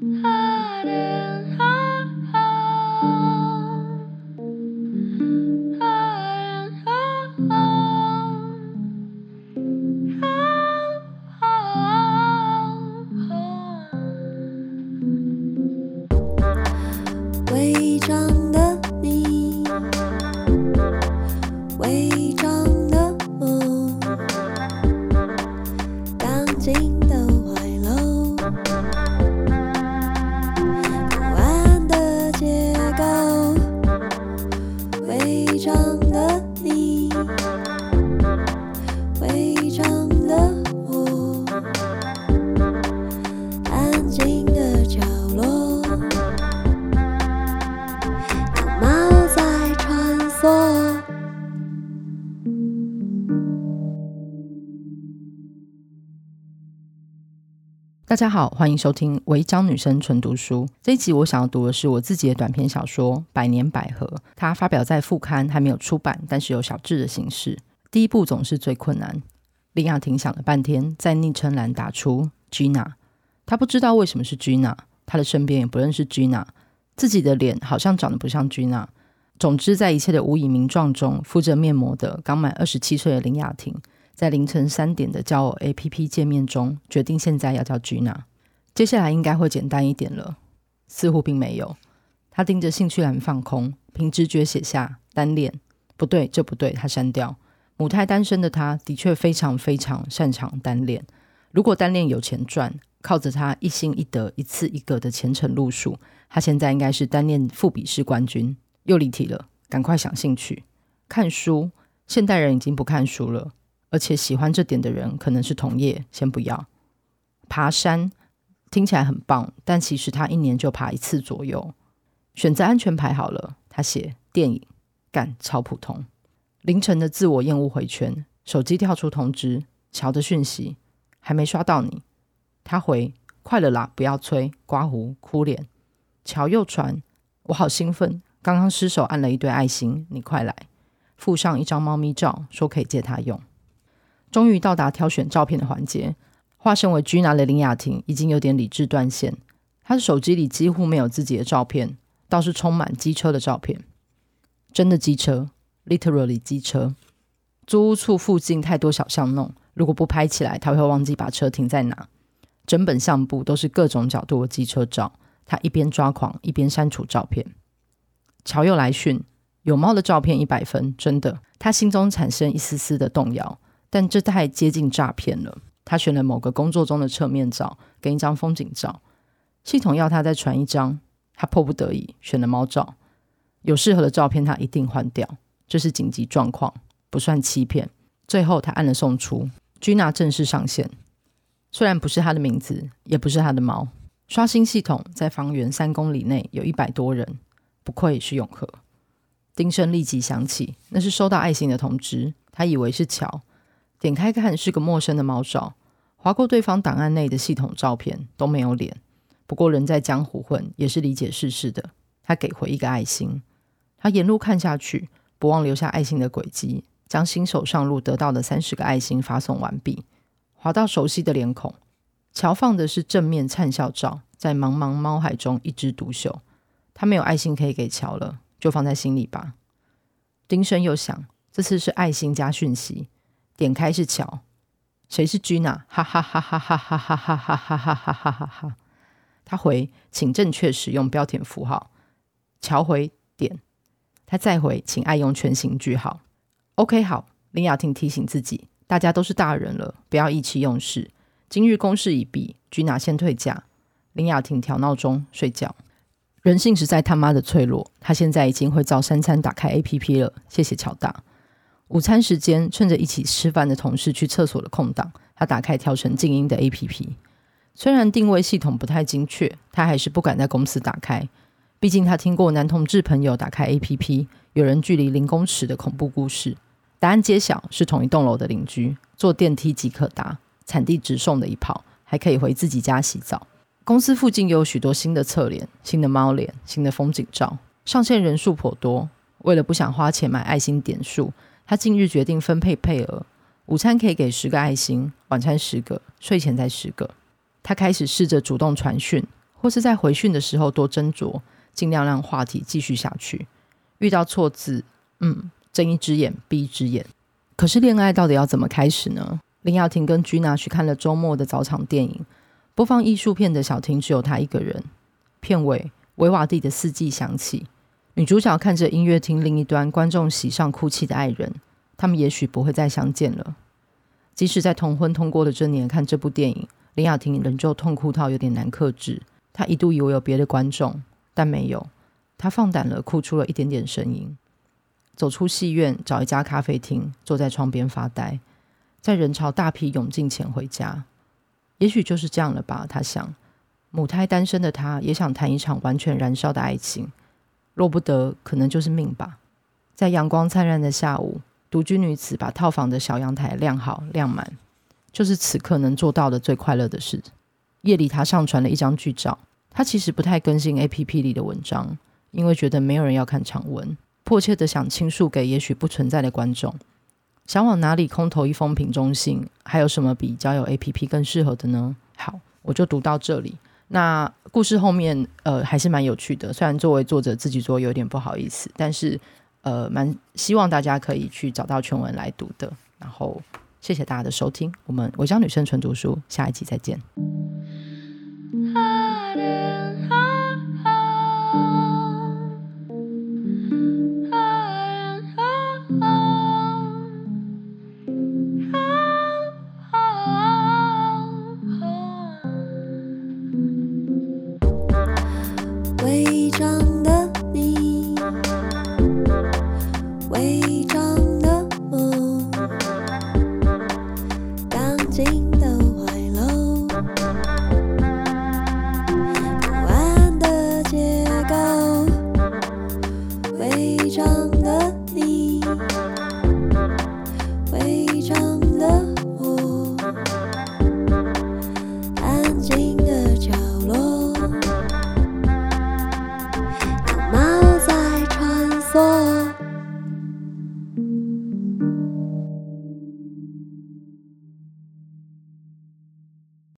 伪装的你，伪装的我，钢筋的怀楼，不安的结构，伪装的你，伪装的我，安静的角落，有猫在穿梭。 大家好，欢迎收听违章女生纯读书。这一集我想要读的是我自己的短篇小说《百年百合》，它发表在副刊，还没有出版，但是有小志的形式。第一步总是最困难。林雅婷想了半天，在昵称栏打出 Gina， 她不知道为什么是 Gina， 她的身边也不认识 Gina， 自己的脸好像长得不像 Gina。 总之在一切的无以名状中，敷着面膜的刚满27岁的林雅婷在凌晨3点的交友 APP 界面中决定现在要叫 Gina。 接下来应该会简单一点了，似乎并没有。他盯着兴趣栏放空，凭直觉写下单恋。不对，这不对，他删掉。母胎单身的他的确非常非常擅长单恋。如果单恋有钱赚，靠着他一心一德一次一个的虔诚路数，他现在应该是单恋富比士冠军。又离题了，赶快想兴趣。看书，现代人已经不看书了，而且喜欢这点的人可能是同业，先不要。爬山听起来很棒，但其实他1年就爬1次左右。选择安全牌好了，他写电影，干超普通。凌晨的自我厌恶回圈，手机跳出通知，乔的讯息，还没刷到你。他回快了啦，不要催，刮胡哭脸。乔又传我好兴奋，刚刚失手按了一堆爱心，你快来。附上一张猫咪照，说可以借他用。终于到达挑选照片的环节，化身为 Gina 的林雅婷已经有点理智断线。她的手机里几乎没有自己的照片，倒是充满机车的照片。真的机车， literally 机车。租屋处附近太多小巷弄，如果不拍起来，她会忘记把车停在哪。整本相簿都是各种角度的机车照，她一边抓狂一边删除照片。乔又来讯，有猫的照片100分，真的。他心中产生一丝丝的动摇，但这太接近诈骗了。他选了某个工作中的侧面照跟一张风景照，系统要他再传一张，他迫不得已选了猫照。有适合的照片他一定换掉，这是紧急状况，不算欺骗。最后他按了送出， Gina 正式上线。虽然不是他的名字，也不是他的猫。刷新系统，在方圆3公里内有100多人，不愧是永和。铃声立即响起，那是收到爱心的通知。他以为是乔，点开看是个陌生的猫照，划过对方档案内的系统照片，都没有脸。不过人在江湖混，也是理解世事的。他给回一个爱心。他沿路看下去，不忘留下爱心的轨迹，将新手上路得到的30个爱心发送完毕。滑到熟悉的脸孔，乔放的是正面灿笑照，在茫茫猫海中一枝独秀。他没有爱心可以给乔了，就放在心里吧。铃声又响，这次是爱心加讯息。点开是乔，谁是 Gina？ 哈哈哈哈哈哈哈哈哈哈哈哈哈哈。他回请正确使用标点符号。乔回点，他再回请爱用全形句号。 OK 好。林雅婷提醒自己，大家都是大人了，不要意气用事。今日公事已毕， Gina 先退假。林雅婷调闹钟睡觉。人性实在他妈的脆弱，他现在已经会照3餐打开 APP 了，谢谢乔大。午餐时间，趁着一起吃饭的同事去厕所的空档，他打开调成静音的 APP。 虽然定位系统不太精确，他还是不敢在公司打开，毕竟他听过男同志朋友打开 APP 有人距离0公尺的恐怖故事。答案揭晓，是同一栋楼的邻居，坐电梯即可达，产地直送的一炮，还可以回自己家洗澡。公司附近有许多新的侧脸、新的猫脸、新的风景照，上线人数颇多。为了不想花钱买爱心点数，他近日决定分配配额，午餐可以给10个爱心，晚餐10个，睡前再10个。他开始试着主动传讯， 或是在回讯的时候多斟酌，尽量让话题继续下去。遇到错字，睁一只眼闭一只眼。可是恋爱到底要怎么开始呢？林雅婷跟居娜去看了周末的早场电影，播放艺术片的小婷只有她一个人。片尾维瓦蒂的四季响起，女主角看着音乐厅另一端观众席上哭泣的爱人，他们也许不会再相见了。即使在同婚通过的这年看这部电影，林雅婷仍旧痛哭到有点难克制。她一度以为有别的观众，但没有。她放胆了，哭出了一点点声音。走出戏院，找一家咖啡厅，坐在窗边发呆，在人潮大批涌进前回家。也许就是这样了吧，她想。母胎单身的她也想谈一场完全燃烧的爱情，若不得，可能就是命吧。在阳光灿烂的下午，独居女子把套房的小阳台晾好晾满，就是此刻能做到的最快乐的事。夜里她上传了一张剧照。她其实不太更新 APP 里的文章，因为觉得没有人要看长文，迫切的想倾诉给也许不存在的观众。想往哪里空投一封瓶中信，还有什么比交友 APP 更适合的呢？好，我就读到这里。那故事后面还是蛮有趣的，虽然作为作者自己做有点不好意思，但是蛮希望大家可以去找到全文来读的。然后谢谢大家的收听，我们违章女生纯读书下一集再见。 违章的你，违章的梦，钢筋的怀楼，不安的结构，违章的你，违章的我，安静